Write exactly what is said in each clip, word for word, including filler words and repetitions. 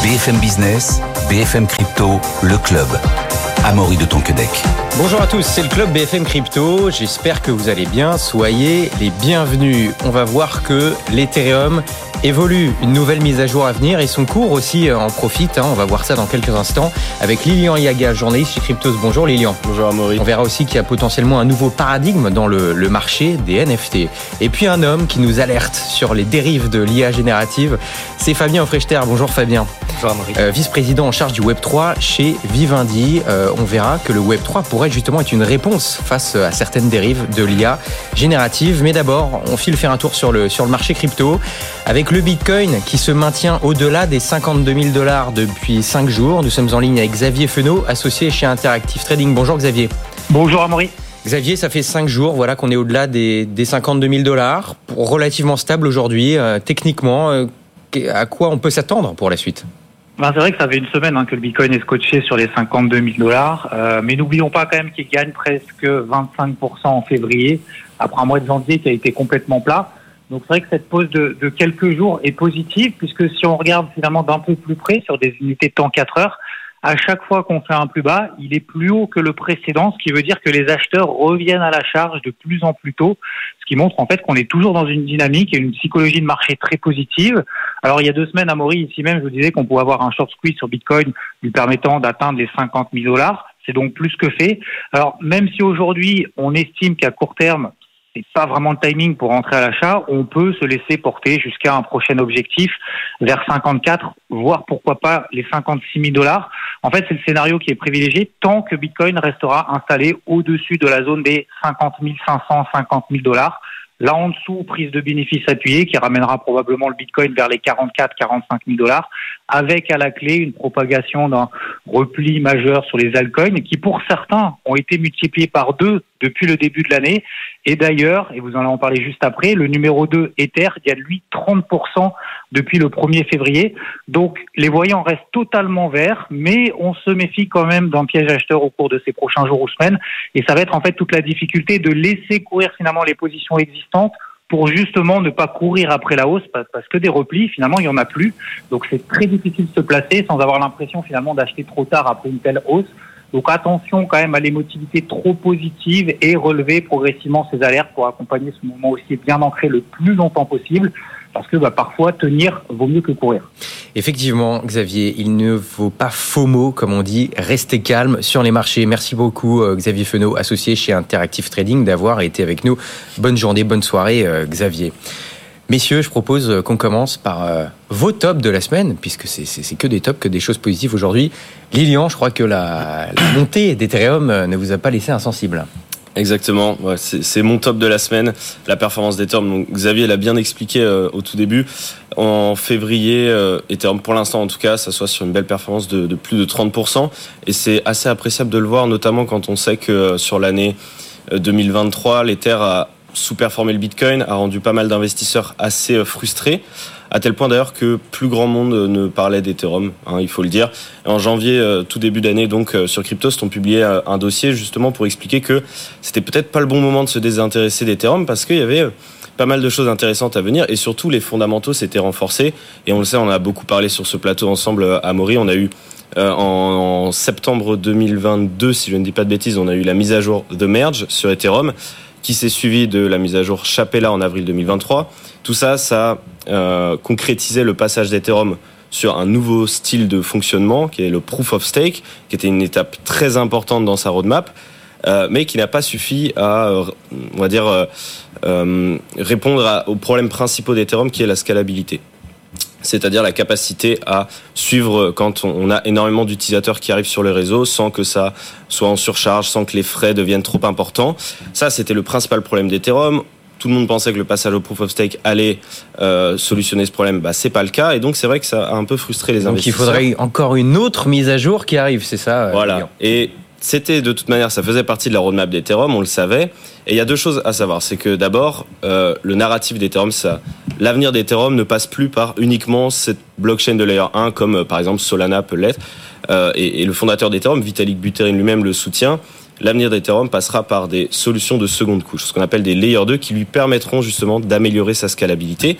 B F M Business, B F M Crypto, le club. Amaury de Tonquedec. Bonjour à tous, c'est le club B F M Crypto. J'espère que vous allez bien. Soyez les bienvenus. On va voir que l'Ethereum évolue. Une nouvelle mise à jour à venir et son cours aussi en profite. Hein. On va voir ça dans quelques instants avec Lilian Yaga, journaliste chez Cryptos. Bonjour Lilian. Bonjour Amaury. On verra aussi qu'il y a potentiellement un nouveau paradigme dans le, le marché des N F T. Et puis un homme qui nous alerte sur les dérives de l'I A générative, c'est Fabien Offrechter. Bonjour Fabien. Bonjour Amaury. Euh, vice-président en charge du Web trois chez Vivendi. Euh, on verra que le Web trois pourrait justement être une réponse face à certaines dérives de l'I A générative. Mais d'abord, on file faire un tour sur le, sur le marché crypto avec le Bitcoin qui se maintient au-delà des cinquante-deux mille dollars depuis cinq jours. Nous sommes en ligne avec Xavier Fenot, associé chez Interactive Trading. Bonjour Xavier. Bonjour Amaury. Xavier, ça fait cinq jours voilà, qu'on est au-delà des, des cinquante-deux mille dollars, relativement stable aujourd'hui. Euh, techniquement, euh, à quoi on peut s'attendre pour la suite ? Ben, c'est vrai que ça fait une semaine hein, que le Bitcoin est scotché sur les cinquante-deux mille dollars, euh, mais n'oublions pas quand même qu'il gagne presque vingt-cinq pour cent en février, après un mois de janvier qui a été complètement plat. Donc c'est vrai que cette pause de, de quelques jours est positive, puisque si on regarde finalement d'un peu plus près sur des unités de temps quatre heures, à chaque fois qu'on fait un plus bas, il est plus haut que le précédent, ce qui veut dire que les acheteurs reviennent à la charge de plus en plus tôt, ce qui montre en fait qu'on est toujours dans une dynamique et une psychologie de marché très positive. Alors il y a deux semaines, Amaury, ici même, je vous disais qu'on pouvait avoir un short squeeze sur Bitcoin lui permettant d'atteindre les cinquante mille dollars. C'est donc plus que fait. Alors même si aujourd'hui on estime qu'à court terme, c'est pas vraiment le timing pour rentrer à l'achat, on peut se laisser porter jusqu'à un prochain objectif vers cinquante-quatre, voire pourquoi pas les cinquante-six mille dollars. En fait, c'est le scénario qui est privilégié tant que Bitcoin restera installé au-dessus de la zone des cinquante mille cinq cents, cinquante mille dollars. Là en dessous, prise de bénéfices appuyée qui ramènera probablement le Bitcoin vers les quarante-quatre, quarante-cinq mille dollars, avec à la clé une propagation d'un repli majeur sur les altcoins qui pour certains ont été multipliés par deux depuis le début de l'année. Et d'ailleurs, et vous en allez en parler juste après, le numéro deux, Ether, gagne lui trente pour cent depuis le premier février. Donc les voyants restent totalement verts, mais on se méfie quand même d'un piège acheteur au cours de ces prochains jours ou semaines. Et ça va être en fait toute la difficulté de laisser courir finalement les positions existantes pour justement ne pas courir après la hausse, parce que des replis, finalement, il n'y en a plus. Donc c'est très difficile de se placer sans avoir l'impression finalement d'acheter trop tard après une telle hausse. Donc attention quand même à l'émotivité trop positive et relever progressivement ces alertes pour accompagner ce mouvement aussi bien ancré le plus longtemps possible, parce que bah, parfois tenir vaut mieux que courir. Effectivement, Xavier, il ne faut pas FOMO, comme on dit, rester calme sur les marchés. Merci beaucoup Xavier Fenot, associé chez Interactive Trading, d'avoir été avec nous. Bonne journée, bonne soirée Xavier. Messieurs, je propose qu'on commence par euh, vos tops de la semaine, puisque c'est, c'est, c'est que des tops, que des choses positives aujourd'hui. Lilian, je crois que la, la montée d'Ethereum ne vous a pas laissé insensible. Exactement, ouais, c'est, c'est mon top de la semaine, la performance d'Ethereum. Donc, Xavier l'a bien expliqué euh, au tout début. En février, euh, Ethereum, pour l'instant en tout cas, ça soit sur une belle performance de, de plus de trente pour cent. Et c'est assez appréciable de le voir, notamment quand on sait que euh, sur l'année deux mille vingt-trois, l'Ether a sous-performé le Bitcoin, a rendu pas mal d'investisseurs assez frustrés, à tel point d'ailleurs que plus grand monde ne parlait d'Ethereum, hein, il faut le dire. Et en janvier, euh, tout début d'année, donc euh, sur Cryptost, on publiait euh, un dossier justement pour expliquer que c'était peut-être pas le bon moment de se désintéresser d'Ethereum parce qu'il y avait euh, pas mal de choses intéressantes à venir et surtout les fondamentaux s'étaient renforcés. Et on le sait, on a beaucoup parlé sur ce plateau ensemble à Amaury. On a eu euh, en, en septembre deux mille vingt-deux, si je ne dis pas de bêtises, on a eu la mise à jour The Merge sur Ethereum, qui s'est suivi de la mise à jour Chapella en avril deux mille vingt-trois. Tout ça, ça euh, concrétisait le passage d'Ethereum sur un nouveau style de fonctionnement, qui est le Proof of Stake, qui était une étape très importante dans sa roadmap, euh, mais qui n'a pas suffi à, euh, on va dire, euh, euh, répondre à, aux problèmes principaux d'Ethereum, qui est la scalabilité. C'est-à-dire la capacité à suivre quand on a énormément d'utilisateurs qui arrivent sur le réseau sans que ça soit en surcharge, sans que les frais deviennent trop importants. Ça, c'était le principal problème d'Ethereum. Tout le monde pensait que le passage au Proof of Stake allait euh, solutionner ce problème. Bah, c'est pas le cas. Et donc, c'est vrai que ça a un peu frustré les donc, investisseurs. Donc, il faudrait encore une autre mise à jour qui arrive, c'est ça ? Voilà. Lilian. Et c'était de toute manière, ça faisait partie de la roadmap d'Ethereum, on le savait. Et il y a deux choses à savoir. C'est que d'abord, euh, le narratif d'Ethereum, ça, l'avenir d'Ethereum ne passe plus par uniquement cette blockchain de layer un, comme euh, par exemple Solana peut l'être. Euh, et, et le fondateur d'Ethereum, Vitalik Buterin lui-même, le soutient. L'avenir d'Ethereum passera par des solutions de seconde couche, ce qu'on appelle des layer deux, qui lui permettront justement d'améliorer sa scalabilité.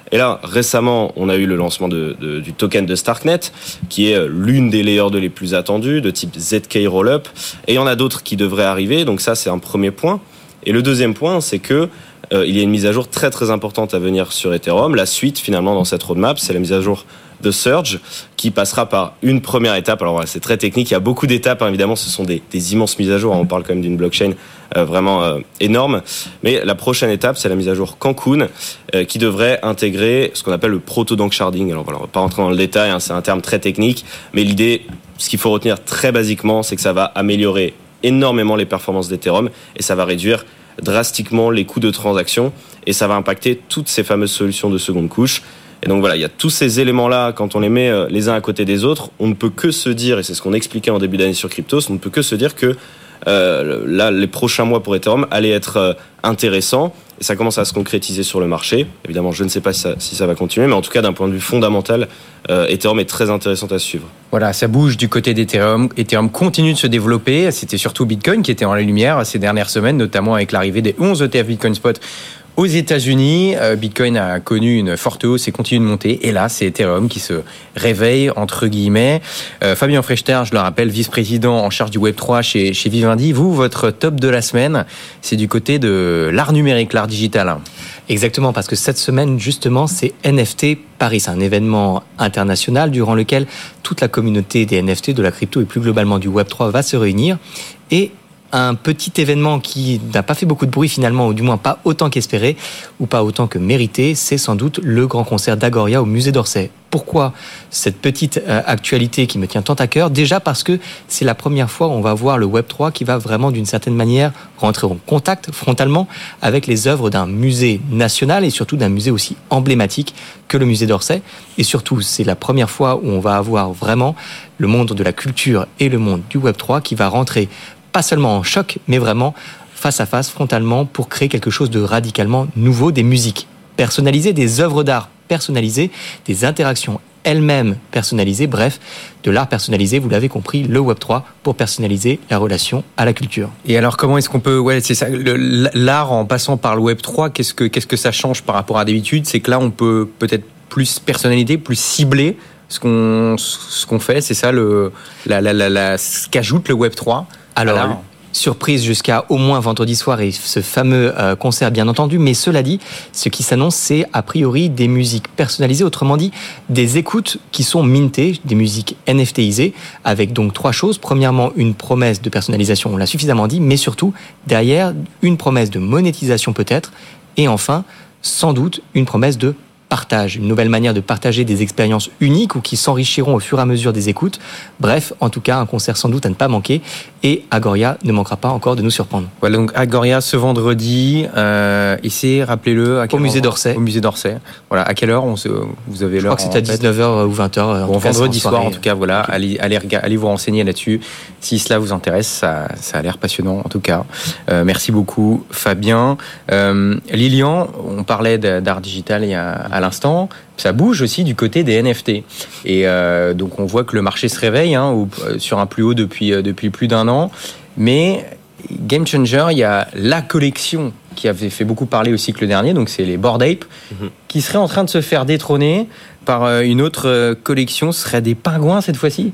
Et là, récemment, on a eu le lancement de, de, du token de Starknet, qui est l'une des layers deux les plus attendues, de type Z K Rollup. Et il y en a d'autres qui devraient arriver. Donc ça, c'est un premier point. Et le deuxième point, c'est que euh, il y a une mise à jour très très importante à venir sur Ethereum. La suite, finalement, dans cette roadmap, c'est la mise à jour de Surge, qui passera par une première étape. Alors voilà, c'est très technique, il y a beaucoup d'étapes, hein, évidemment, ce sont des, des immenses mises à jour, on parle quand même d'une blockchain euh, vraiment euh, énorme, mais la prochaine étape, c'est la mise à jour Cancun, euh, qui devrait intégrer ce qu'on appelle le proto-donk sharding. Alors voilà, on va pas rentrer dans le détail, hein, c'est un terme très technique, mais l'idée, ce qu'il faut retenir très basiquement, c'est que ça va améliorer énormément les performances d'Ethereum, et ça va réduire drastiquement les coûts de transaction, et ça va impacter toutes ces fameuses solutions de seconde couche. Et donc voilà, il y a tous ces éléments-là, quand on les met les uns à côté des autres, on ne peut que se dire, et c'est ce qu'on expliquait en début d'année sur Cryptos, on ne peut que se dire que euh, là, les prochains mois pour Ethereum allaient être euh, intéressants, et ça commence à se concrétiser sur le marché. Évidemment, je ne sais pas si ça, si ça va continuer, mais en tout cas, d'un point de vue fondamental, euh, Ethereum est très intéressant à suivre. Voilà, ça bouge du côté d'Ethereum. Ethereum continue de se développer. C'était surtout Bitcoin qui était en la lumière ces dernières semaines, notamment avec l'arrivée des onze E T F Bitcoin Spot aux États-Unis. Bitcoin a connu une forte hausse et continue de monter. Et là, c'est Ethereum qui se réveille, entre guillemets. Euh, Fabien Frechter, je le rappelle, vice-président en charge du Web trois chez, chez Vivendi. Vous, votre top de la semaine, c'est du côté de l'art numérique, l'art digital. Exactement, parce que cette semaine, justement, c'est N F T Paris. C'est un événement international durant lequel toute la communauté des N F T, de la crypto et plus globalement du Web trois va se réunir. Et un petit événement qui n'a pas fait beaucoup de bruit finalement, ou du moins pas autant qu'espéré, ou pas autant que mérité, c'est sans doute le grand concert d'Agoria au musée d'Orsay. Pourquoi cette petite euh, actualité qui me tient tant à cœur ? Déjà parce que c'est la première fois où on va voir le Web trois qui va vraiment d'une certaine manière rentrer en contact frontalement avec les œuvres d'un musée national et surtout d'un musée aussi emblématique que le musée d'Orsay. Et surtout, c'est la première fois où on va avoir vraiment le monde de la culture et le monde du Web trois qui va rentrer pas seulement en choc, mais vraiment face à face, frontalement, pour créer quelque chose de radicalement nouveau, des musiques personnalisées, des œuvres d'art personnalisées, des interactions elles-mêmes personnalisées, bref, de l'art personnalisé, vous l'avez compris, le Web trois, pour personnaliser la relation à la culture. Et alors, comment est-ce qu'on peut, ouais, c'est ça, le, l'art en passant par le Web trois, qu'est-ce que, qu'est-ce que ça change par rapport à d'habitude ? C'est que là, on peut peut-être plus personnaliser, plus cibler ce qu'on, ce qu'on fait, c'est ça le, la, la, la, la, ce qu'ajoute le Web trois. Alors, Alors, surprise jusqu'à au moins vendredi soir et ce fameux euh, concert bien entendu, mais cela dit, ce qui s'annonce, c'est a priori des musiques personnalisées, autrement dit, des écoutes qui sont mintées, des musiques N F Tisées, avec donc trois choses. Premièrement, une promesse de personnalisation, on l'a suffisamment dit, mais surtout, derrière, une promesse de monétisation peut-être, et enfin, sans doute, une promesse de partage, une nouvelle manière de partager des expériences uniques ou qui s'enrichiront au fur et à mesure des écoutes. Bref, en tout cas, un concert sans doute à ne pas manquer, et Agoria ne manquera pas encore de nous surprendre. Voilà, donc Agoria ce vendredi, euh, et c'est, rappelez-le, à quel au musée d'Orsay. Au musée d'Orsay. Voilà, à quelle heure on se, vous avez Je l'heure? Je crois que c'est à dix-neuf heures ou vingt heures. Bon, vendredi soir, en tout cas, voilà, okay. allez, allez, allez vous renseigner là-dessus. Si cela vous intéresse, ça, ça a l'air passionnant, en tout cas. Euh, merci beaucoup, Fabien. Euh, Lilian, on parlait d'art digital il y a, à l'instant. Ça bouge aussi du côté des N F T. Et euh, donc, on voit que le marché se réveille hein, au, sur un plus haut depuis, depuis plus d'un an. Mais Game Changer, il y a la collection qui avait fait beaucoup parler au cycle dernier, donc c'est les Bored Ape, mmh. qui serait en train de se faire détrôner par une autre collection. Ce serait des pingouins cette fois-ci.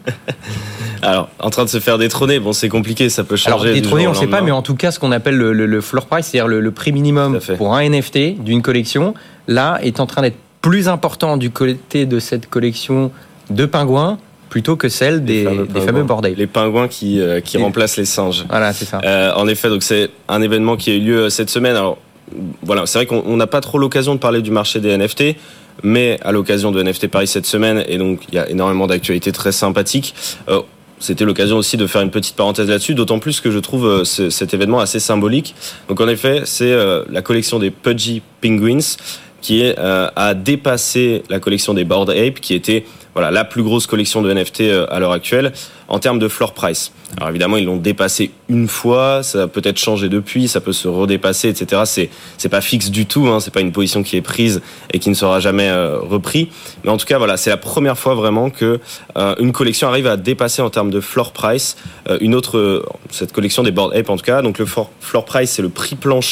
Alors, en train de se faire détrôner, bon, c'est compliqué, ça peut changer. Alors, détrôner, on ne sait pas, lendemain. mais en tout cas, ce qu'on appelle le, le, le floor price, c'est-à-dire le, le prix minimum pour un N F T d'une collection, là, est en train d'être plus important du côté de cette collection de pingouins plutôt que celle des, fameux, des fameux Bored Ape. Les pingouins qui, euh, qui les... remplacent les singes. Voilà, c'est ça. Euh, en effet, donc c'est un événement qui a eu lieu cette semaine. Alors, voilà, c'est vrai qu'on n'a pas trop l'occasion de parler du marché des N F T, mais à l'occasion de N F T Paris cette semaine, et donc il y a énormément d'actualités très sympathiques. Euh, C'était l'occasion aussi de faire une petite parenthèse là-dessus, d'autant plus que je trouve euh, ce, cet événement assez symbolique. Donc en effet, c'est euh, la collection des Pudgy Penguins qui est, euh, a dépassé la collection des Bored Ape, qui était voilà, la plus grosse collection de N F T euh, à l'heure actuelle en termes de floor price. Alors évidemment, ils l'ont dépassé une fois, ça a peut-être changé depuis, ça peut se redépasser, et cetera. C'est c'est pas fixe du tout, hein, c'est pas une position qui est prise et qui ne sera jamais euh, repris. Mais en tout cas, voilà, c'est la première fois vraiment que euh, une collection arrive à dépasser en termes de floor price euh, une autre, euh, cette collection des Bored Ape en tout cas. Donc le floor, floor price, c'est le prix plancher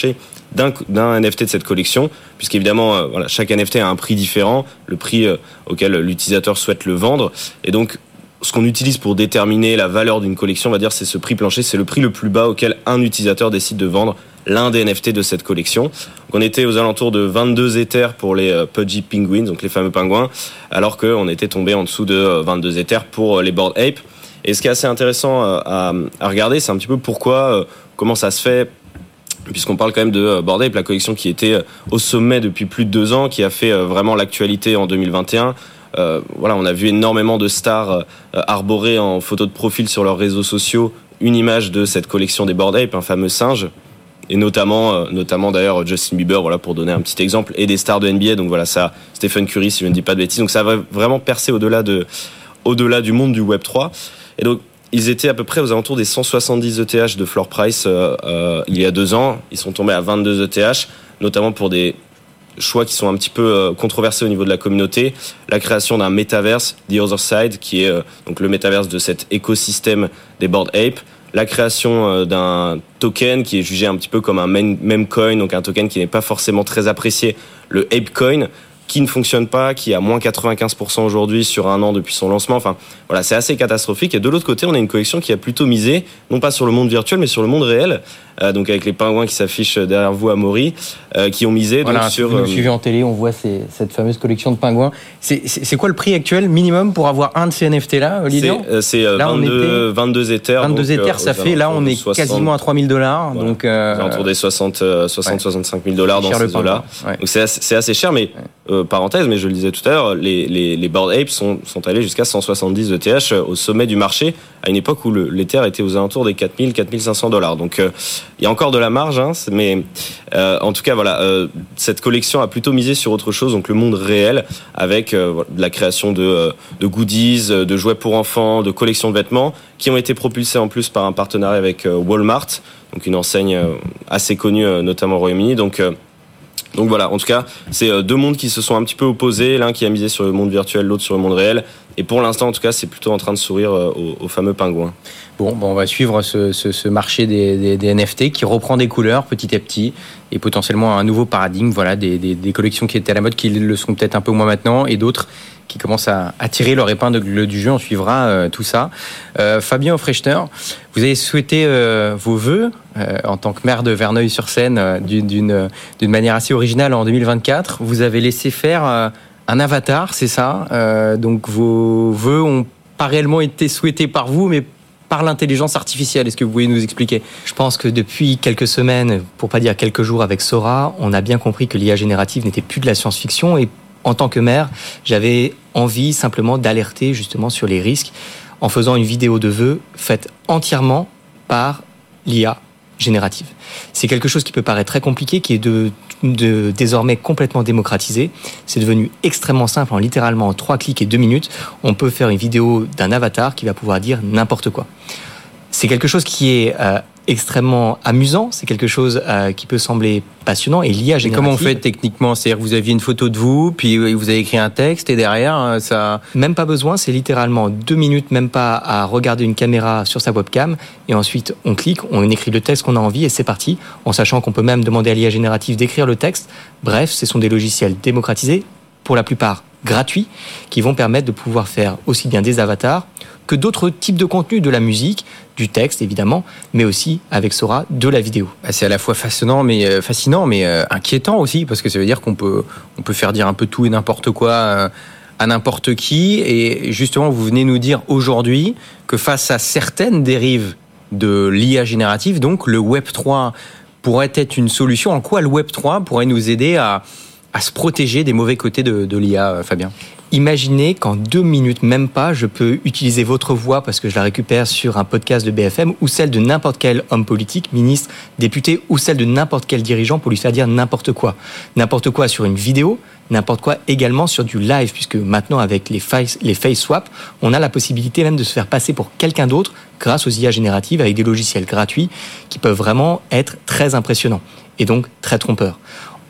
d'un, d'un N F T de cette collection, puisqu'évidemment, euh, voilà, chaque N F T a un prix différent, le prix euh, auquel l'utilisateur souhaite le vendre. Et donc, ce qu'on utilise pour déterminer la valeur d'une collection, on va dire, c'est ce prix plancher, c'est le prix le plus bas auquel un utilisateur décide de vendre l'un des N F T de cette collection. Donc, on était aux alentours de vingt-deux Ethers pour les euh, Pudgy Penguins, donc les fameux pingouins, alors qu'on était tombé en dessous de euh, vingt-deux Ethers pour euh, les Bored Ape. Et ce qui est assez intéressant euh, à, à regarder, c'est un petit peu pourquoi, euh, comment ça se fait, puisqu'on parle quand même de euh, Bored Ape, la collection qui était euh, au sommet depuis plus de deux ans, qui a fait euh, vraiment l'actualité en deux mille vingt et un. Euh, voilà, on a vu énormément de stars euh, arborer en photo de profil sur leurs réseaux sociaux une image de cette collection des Bored Ape, un fameux singe. Et notamment, euh, notamment d'ailleurs Justin Bieber, voilà, pour donner un petit exemple, et des stars de N B A. Donc voilà, ça, Stephen Curry, si je ne dis pas de bêtises. Donc ça va vraiment percer au-delà de, au-delà du monde du Web trois. Et donc ils étaient à peu près aux alentours des cent soixante-dix E T H de floor price euh, euh, il y a deux ans. Ils sont tombés à vingt-deux E T H, notamment pour des choix qui sont un petit peu euh, controversés au niveau de la communauté. La création d'un métaverse, The Other Side, qui est euh, donc le métaverse de cet écosystème des Bored Ape. La création euh, d'un token qui est jugé un petit peu comme un meme coin, donc un token qui n'est pas forcément très apprécié, le Ape Coin, qui ne fonctionne pas, qui est à moins quatre-vingt-quinze pour cent aujourd'hui sur un an depuis son lancement. Enfin, voilà, c'est assez catastrophique. Et de l'autre côté, on a une collection qui a plutôt misé, non pas sur le monde virtuel, mais sur le monde réel. Euh, donc avec les pingouins qui s'affichent derrière vous, Amaury, euh, qui ont misé voilà, donc, sur... Si vous nous suivez en télé, on voit ces, cette fameuse collection de pingouins. C'est, c'est, c'est quoi le prix actuel minimum pour avoir un de ces N F T-là, Olivier ? C'est, euh, c'est euh, là, vingt-deux, était... vingt-deux Ethers. vingt-deux donc, Ethers, euh, ça fait, là, on est soixante quasiment à trois mille dollars. Voilà. Donc, euh... autour des soixante, soixante, ouais. soixante-cinq mille dollars dans ces eaux-là. Ouais. Donc c'est assez, c'est assez cher, mais ouais. euh, parenthèse, mais je le disais tout à l'heure, les, les, les Bored Apes sont, sont allés jusqu'à cent soixante-dix E T H au sommet du marché, à une époque où le, l'Ether était aux alentours des quatre mille, quatre mille cinq cents dollars. Donc euh, il y a encore de la marge, hein, mais euh, en tout cas, voilà, euh, cette collection a plutôt misé sur autre chose, donc le monde réel, avec euh, la création de, euh, de goodies, de jouets pour enfants, de collections de vêtements, qui ont été propulsés en plus par un partenariat avec euh, Walmart, donc une enseigne euh, assez connue, euh, notamment au Royaume-Uni. Donc euh, Donc voilà, en tout cas, c'est deux mondes qui se sont un petit peu opposés, l'un qui a misé sur le monde virtuel, l'autre sur le monde réel. Et pour l'instant, en tout cas, c'est plutôt en train de sourire aux, aux fameux pingouins. Bon, bon, on va suivre ce, ce, ce marché des, des, des N F T qui reprend des couleurs petit à petit et potentiellement un nouveau paradigme. Voilà, des, des, des collections qui étaient à la mode, qui le sont peut-être un peu moins maintenant, et d'autres qui commencent à, à tirer leur épingle du jeu. On suivra euh, tout ça. Euh, Fabien Aufrechter, vous avez souhaité euh, vos vœux euh, en tant que maire de Verneuil-sur-Seine euh, d'une, d'une, d'une manière assez originale en deux mille vingt-quatre. Vous avez laissé faire euh, un avatar, c'est ça euh, Donc vos vœux n'ont pas réellement été souhaités par vous, mais par l'intelligence artificielle. Est-ce que vous pouvez nous expliquer ? Je pense que depuis quelques semaines, pour pas dire quelques jours avec Sora, on a bien compris que l'I A générative n'était plus de la science-fiction, et en tant que maire, j'avais envie simplement d'alerter justement sur les risques en faisant une vidéo de vœux faite entièrement par l'I A générative. C'est quelque chose qui peut paraître très compliqué, qui est de, de désormais complètement démocratisé. C'est devenu extrêmement simple, en littéralement en trois clics et deux minutes, on peut faire une vidéo d'un avatar qui va pouvoir dire n'importe quoi. C'est quelque chose qui est euh, extrêmement amusant, c'est quelque chose euh, qui peut sembler passionnant, et l'I A générative... Et comment on fait techniquement ? C'est-à-dire que vous aviez une photo de vous, puis vous avez écrit un texte, et derrière, ça... Même pas besoin, c'est littéralement deux minutes, même pas à regarder une caméra sur sa webcam, et ensuite on clique, on écrit le texte qu'on a envie, et c'est parti, en sachant qu'on peut même demander à l'I A générative d'écrire le texte. Bref, ce sont des logiciels démocratisés, pour la plupart gratuits, qui vont permettre de pouvoir faire aussi bien des avatars que d'autres types de contenus, de la musique, du texte évidemment, mais aussi avec Sora de la vidéo. C'est à la fois fascinant, mais euh, fascinant, mais euh, inquiétant aussi, parce que ça veut dire qu'on peut, on peut faire dire un peu tout et n'importe quoi euh, à n'importe qui. Et justement, vous venez nous dire aujourd'hui que face à certaines dérives de l'I A générative, donc le Web trois pourrait être une solution. En quoi le Web trois pourrait nous aider à à se protéger des mauvais côtés de, de l'I A, Fabien ? Imaginez qu'en deux minutes, même pas, je peux utiliser votre voix parce que je la récupère sur un podcast de B F M, ou celle de n'importe quel homme politique, ministre, député, ou celle de n'importe quel dirigeant pour lui faire dire n'importe quoi. N'importe quoi sur une vidéo, n'importe quoi également sur du live, puisque maintenant avec les face, les face swap, on a la possibilité même de se faire passer pour quelqu'un d'autre grâce aux I A génératives avec des logiciels gratuits qui peuvent vraiment être très impressionnants et donc très trompeurs.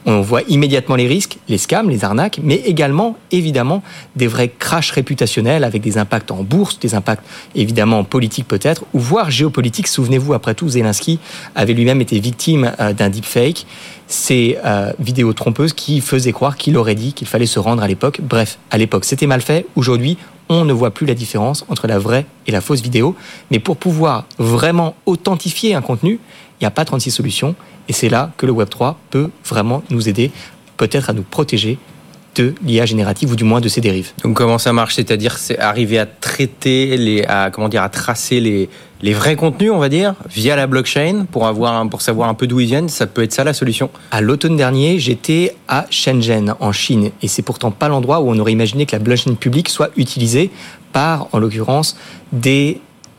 On voit immédiatement les risques, les scams, les arnaques, mais également, évidemment, des vrais crashs réputationnels avec des impacts en bourse, des impacts évidemment politiques peut-être, ou voire géopolitiques. Souvenez-vous, après tout, Zelensky avait lui-même été victime euh, d'un deepfake. Ces euh, vidéos trompeuses qui faisaient croire qu'il aurait dit qu'il fallait se rendre à l'époque. Bref, à l'époque, c'était mal fait. Aujourd'hui, on ne voit plus la différence entre la vraie et la fausse vidéo. Mais pour pouvoir vraiment authentifier un contenu, il n'y a pas trente-six solutions. Et c'est là que le web trois peut vraiment nous aider, peut-être à nous protéger de l'I A générative ou du moins de ses dérives. Donc comment ça marche ? C'est-à-dire c'est arriver à traiter, les, à, comment dire, à tracer les, les vrais contenus, on va dire, via la blockchain pour, avoir, pour savoir un peu d'où ils viennent. Ça peut être ça la solution ? À l'automne dernier, j'étais à Shenzhen, en Chine. Et c'est pourtant pas l'endroit où on aurait imaginé que la blockchain publique soit utilisée par, en l'occurrence, des...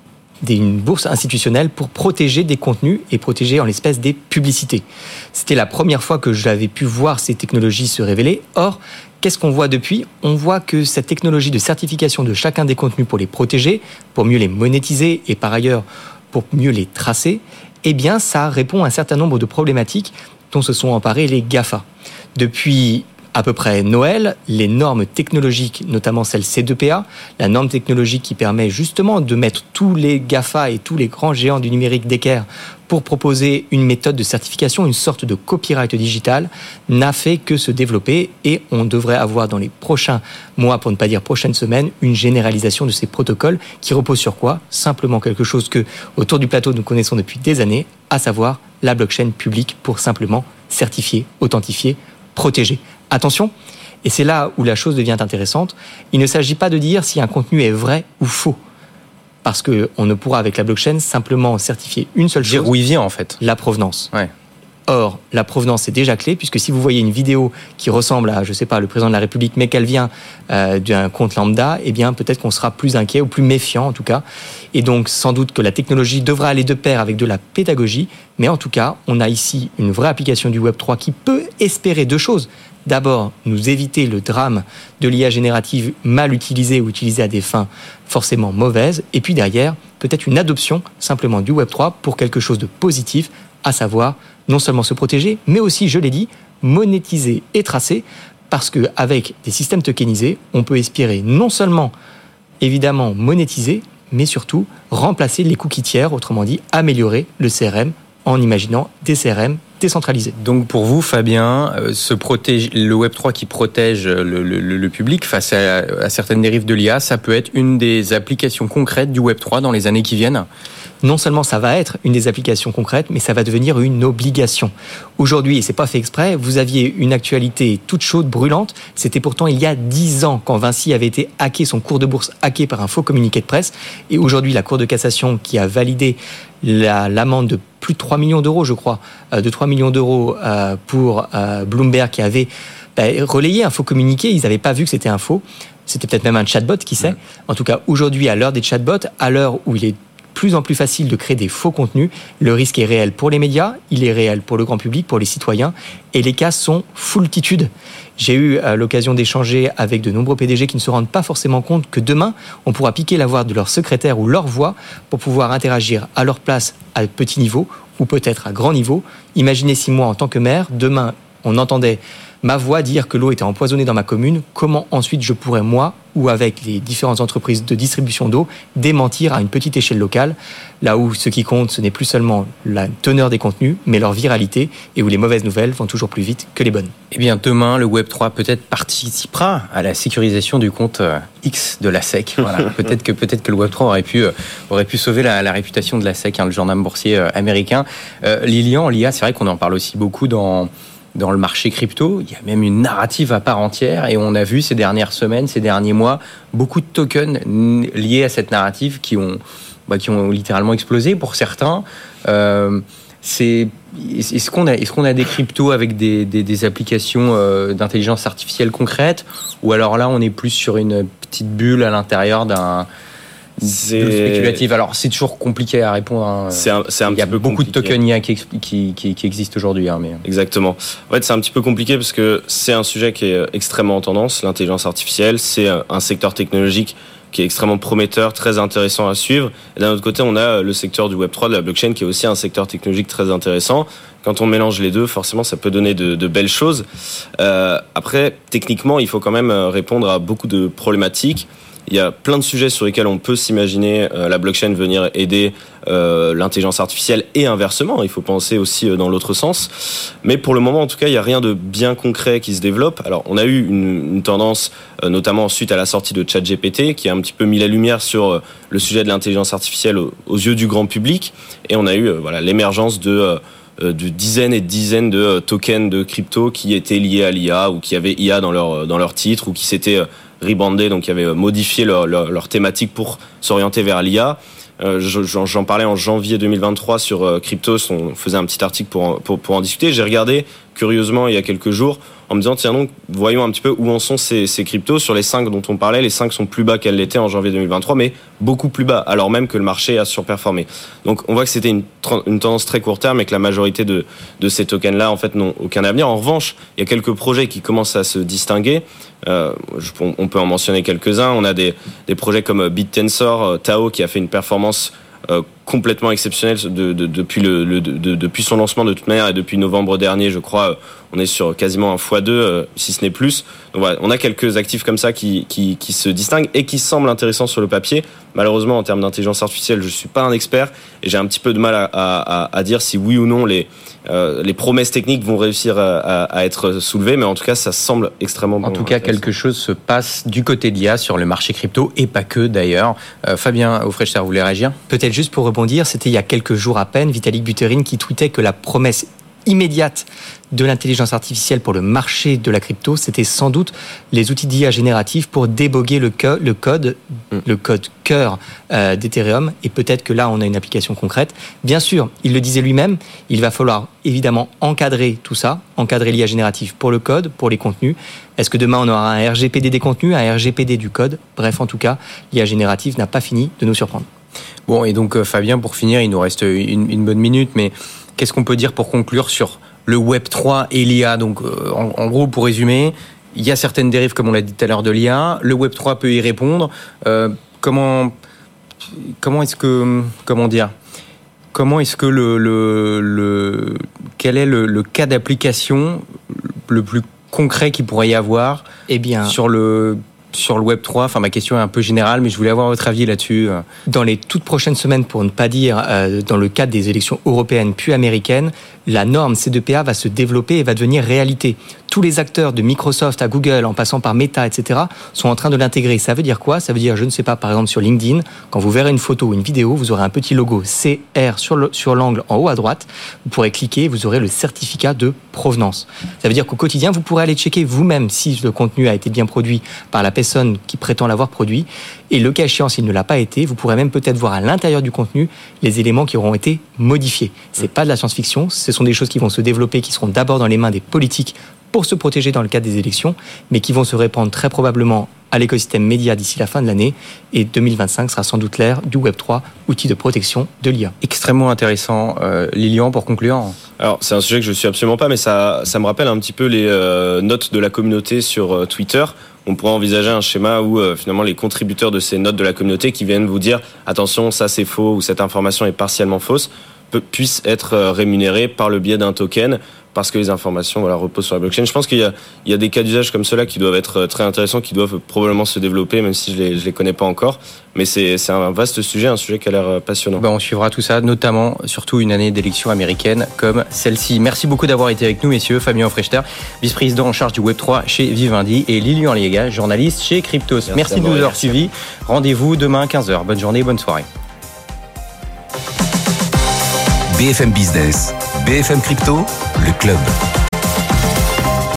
d'une bourse institutionnelle pour protéger des contenus et protéger en l'espèce des publicités. C'était la première fois que j'avais pu voir ces technologies se révéler. Or, qu'est-ce qu'on voit depuis ? On voit que cette technologie de certification de chacun des contenus pour les protéger, pour mieux les monétiser et par ailleurs pour mieux les tracer, eh bien ça répond à un certain nombre de problématiques dont se sont emparés les GAFA. Depuis à peu près Noël, les normes technologiques, notamment celle C deux P A, la norme technologique qui permet justement de mettre tous les GAFA et tous les grands géants du numérique d'équerre pour proposer une méthode de certification, une sorte de copyright digital, n'a fait que se développer et on devrait avoir dans les prochains mois, pour ne pas dire prochaines semaines, une généralisation de ces protocoles qui reposent sur quoi ? Simplement quelque chose que, autour du plateau, nous connaissons depuis des années, à savoir la blockchain publique pour simplement certifier, authentifier, protéger. Attention, et c'est là où la chose devient intéressante, il ne s'agit pas de dire si un contenu est vrai ou faux. Parce qu'on ne pourra avec la blockchain simplement certifier une seule chose. Dire où il vient en fait. La provenance. Ouais. Or, la provenance est déjà clé, puisque si vous voyez une vidéo qui ressemble à, je sais pas, le président de la République, mais qu'elle vient euh, d'un compte lambda, eh bien peut-être qu'on sera plus inquiet ou plus méfiant en tout cas. Et donc sans doute que la technologie devra aller de pair avec de la pédagogie, mais en tout cas, on a ici une vraie application du web trois qui peut espérer deux choses. D'abord, nous éviter le drame de l'I A générative mal utilisée ou utilisée à des fins forcément mauvaises. Et puis derrière, peut-être une adoption simplement du web trois pour quelque chose de positif, à savoir non seulement se protéger, mais aussi, je l'ai dit, monétiser et tracer, parce qu'avec des systèmes tokenisés, on peut espérer non seulement, évidemment, monétiser, mais surtout remplacer les cookies tiers, autrement dit, améliorer le C R M en imaginant des C R M décentralisés. Donc pour vous, Fabien, euh, se protège, le web trois qui protège le, le, le public face à, à certaines dérives de l'I A, ça peut être une des applications concrètes du web trois dans les années qui viennent ? Non seulement ça va être une des applications concrètes, mais ça va devenir une obligation. Aujourd'hui, et c'est pas fait exprès, vous aviez une actualité toute chaude, brûlante. C'était pourtant il y a dix ans quand Vinci avait été hacké, son cours de bourse hacké par un faux communiqué de presse. Et aujourd'hui, la Cour de cassation qui a validé la, l'amende de plus de trois millions d'euros, je crois, de trois millions d'euros pour Bloomberg qui avait relayé un faux communiqué. Ils n'avaient pas vu que c'était un faux. C'était peut-être même un chatbot, qui sait. En tout cas, aujourd'hui, à l'heure des chatbots, à l'heure où il est plus en plus facile de créer des faux contenus, le risque est réel pour les médias, il est réel pour le grand public, pour les citoyens, et les cas sont foultitudes. J'ai eu euh, l'occasion d'échanger avec de nombreux P D G qui ne se rendent pas forcément compte que demain, on pourra piquer la voix de leur secrétaire ou leur voix pour pouvoir interagir à leur place à petit niveau ou peut-être à grand niveau. Imaginez si moi, en tant que maire, demain, on entendait ma voix dire que l'eau était empoisonnée dans ma commune, comment ensuite je pourrais, moi, ou avec les différentes entreprises de distribution d'eau, démentir à une petite échelle locale, là où ce qui compte, ce n'est plus seulement la teneur des contenus, mais leur viralité, et où les mauvaises nouvelles vont toujours plus vite que les bonnes. Eh bien, demain, le web trois peut-être participera à la sécurisation du compte X de la S E C. Voilà. peut-être que peut-être que le web trois aurait pu aurait pu sauver la, la réputation de la S E C, hein, le journal boursier américain. Euh, Lilian, l'I A, c'est vrai qu'on en parle aussi beaucoup dans Dans le marché crypto. Il y a même une narrative à part entière et on a vu ces dernières semaines, ces derniers mois, beaucoup de tokens liés à cette narrative qui ont, bah, qui ont littéralement explosé pour certains. Euh, c'est, est-ce qu'on a, est-ce qu'on a des cryptos avec des, des, des applications euh, d'intelligence artificielle concrètes, ou alors là on est plus sur une petite bulle à l'intérieur d'un C'est... spéculative. Alors c'est toujours compliqué à répondre. Hein. C'est un, c'est un Il y a petit peu beaucoup compliqué. de tokens I A qui, qui, qui, qui existent aujourd'hui. Hein, mais... Exactement. En fait, c'est un petit peu compliqué parce que c'est un sujet qui est extrêmement en tendance, l'intelligence artificielle. C'est un secteur technologique qui est extrêmement prometteur, très intéressant à suivre. Et d'un autre côté, on a le secteur du web trois, de la blockchain, qui est aussi un secteur technologique très intéressant, quand on mélange les deux, forcément, ça peut donner de, de belles choses. Euh, après, techniquement, il faut quand même répondre à beaucoup de problématiques. Il y a plein de sujets sur lesquels on peut s'imaginer euh, la blockchain venir aider euh, l'intelligence artificielle et inversement. Il faut penser aussi euh, dans l'autre sens. Mais pour le moment, en tout cas, il n'y a rien de bien concret qui se développe. Alors, on a eu une, une tendance, euh, notamment suite à la sortie de ChatGPT, qui a un petit peu mis la lumière sur euh, le sujet de l'intelligence artificielle aux, aux yeux du grand public. Et on a eu euh, voilà, l'émergence de... Euh, de dizaines et de dizaines de tokens de crypto qui étaient liés à l'I A ou qui avaient I A dans leur dans leur titre ou qui s'étaient rebrandés, donc qui avaient modifié leur, leur, leur thématique pour s'orienter vers l'I A. Euh, j'en, j'en parlais en janvier deux mille vingt-trois sur euh, Cryptos, on faisait un petit article pour, pour, pour en discuter. J'ai regardé curieusement il y a quelques jours en me disant tiens donc voyons un petit peu où en sont ces, ces cryptos. Sur les cinq dont on parlait, les cinq sont plus bas qu'elles l'étaient en janvier deux mille vingt-trois, mais beaucoup plus bas, alors même que le marché a surperformé. Donc on voit que c'était une, une tendance très court terme et que la majorité de, de ces tokens-là en fait n'ont aucun avenir. En revanche, il y a quelques projets qui commencent à se distinguer. Euh, on peut en mentionner quelques-uns. On a des, des projets comme BitTensor, Tao qui a fait une performance euh, complètement exceptionnelle de, de, depuis, le, le, de, depuis son lancement de toute manière et depuis novembre dernier, je crois, on est sur quasiment un fois deux, euh, si ce n'est plus. Donc voilà, on a quelques actifs comme ça qui, qui, qui se distinguent et qui semblent intéressants sur le papier. Malheureusement, en termes d'intelligence artificielle, je suis pas un expert et j'ai un petit peu de mal à, à, à dire si oui ou non les, euh, les promesses techniques vont réussir à, à, à être soulevées, mais en tout cas, ça semble extrêmement bon. En tout cas, quelque chose se passe du côté de l'I A sur le marché crypto et pas que d'ailleurs. Euh, Fabien Aufrechter, vous voulez réagir ? Peut-être juste pour rebondir, c'était il y a quelques jours à peine, Vitalik Buterin qui tweetait que la promesse immédiate de l'intelligence artificielle pour le marché de la crypto, c'était sans doute les outils d'I A génératifs pour déboguer le, co- le code, mm. le code cœur euh, d'Ethereum. Et peut-être que là, on a une application concrète. Bien sûr, il le disait lui-même, il va falloir évidemment encadrer tout ça, encadrer l'I A génératif pour le code, pour les contenus. Est-ce que demain, on aura un R G P D des contenus, un R G P D du code ? Bref, en tout cas, l'I A générative n'a pas fini de nous surprendre. Bon, et donc Fabien, pour finir, il nous reste une, une bonne minute, mais qu'est-ce qu'on peut dire pour conclure sur le Web trois et l'I A ? Donc, en, en gros, pour résumer, il y a certaines dérives, comme on l'a dit tout à l'heure, de l'I A. Le Web trois peut y répondre. Euh, comment, comment est-ce que, comment dire, comment est-ce que le, le, le quel est le, le cas d'application le plus concret qu'il pourrait y avoir ? Eh bien, sur le sur le Web trois, enfin ma question est un peu générale, mais je voulais avoir votre avis là-dessus. Dans les toutes prochaines semaines, pour ne pas dire euh, dans le cadre des élections européennes puis américaines, la norme C deux P A va se développer et va devenir réalité. Tous les acteurs de Microsoft à Google, en passant par Meta, et cetera, sont en train de l'intégrer. Ça veut dire quoi ? Ça veut dire, je ne sais pas, par exemple sur LinkedIn, quand vous verrez une photo ou une vidéo, vous aurez un petit logo C R sur, le, sur l'angle en haut à droite. Vous pourrez cliquer, vous aurez le certificat de provenance. Ça veut dire qu'au quotidien, vous pourrez aller checker vous-même si le contenu a été bien produit par la personne qui prétend l'avoir produit. Et le cas échéant, s'il ne l'a pas été, vous pourrez même peut-être voir à l'intérieur du contenu les éléments qui auront été modifiés. C'est pas de la science-fiction, ce sont des choses qui vont se développer, qui seront d'abord dans les mains des politiques pour se protéger dans le cadre des élections, mais qui vont se répandre très probablement à l'écosystème média d'ici la fin de l'année. Et deux mille vingt-cinq sera sans doute l'ère du Web trois, outil de protection de l'I A. Extrêmement intéressant. Euh, Lilian, pour conclure. Alors, c'est un sujet que je ne suis absolument pas, mais ça, ça me rappelle un petit peu les euh, notes de la communauté sur euh, Twitter. On pourrait envisager un schéma où euh, finalement les contributeurs de ces notes de la communauté qui viennent vous dire « attention, ça c'est faux » ou « cette information est partiellement fausse », puissent être euh, rémunérés par le biais d'un token parce que les informations voilà, reposent sur la blockchain. Je pense qu'il y a, il y a des cas d'usage comme ceux-là qui doivent être très intéressants, qui doivent probablement se développer, même si je les, je les connais pas encore. Mais c'est, c'est un vaste sujet, un sujet qui a l'air passionnant. Ben, on suivra tout ça, notamment, surtout une année d'élection américaine comme celle-ci. Merci beaucoup d'avoir été avec nous, messieurs. Fabien Aufrechter, vice-président en charge du Web trois chez Vivendi, et Lilian Liéga, journaliste chez Cryptos. Merci, merci de nous avoir suivis. Rendez-vous demain à quinze heures. Bonne journée, bonne soirée. B F M Business, B F M Crypto, le club.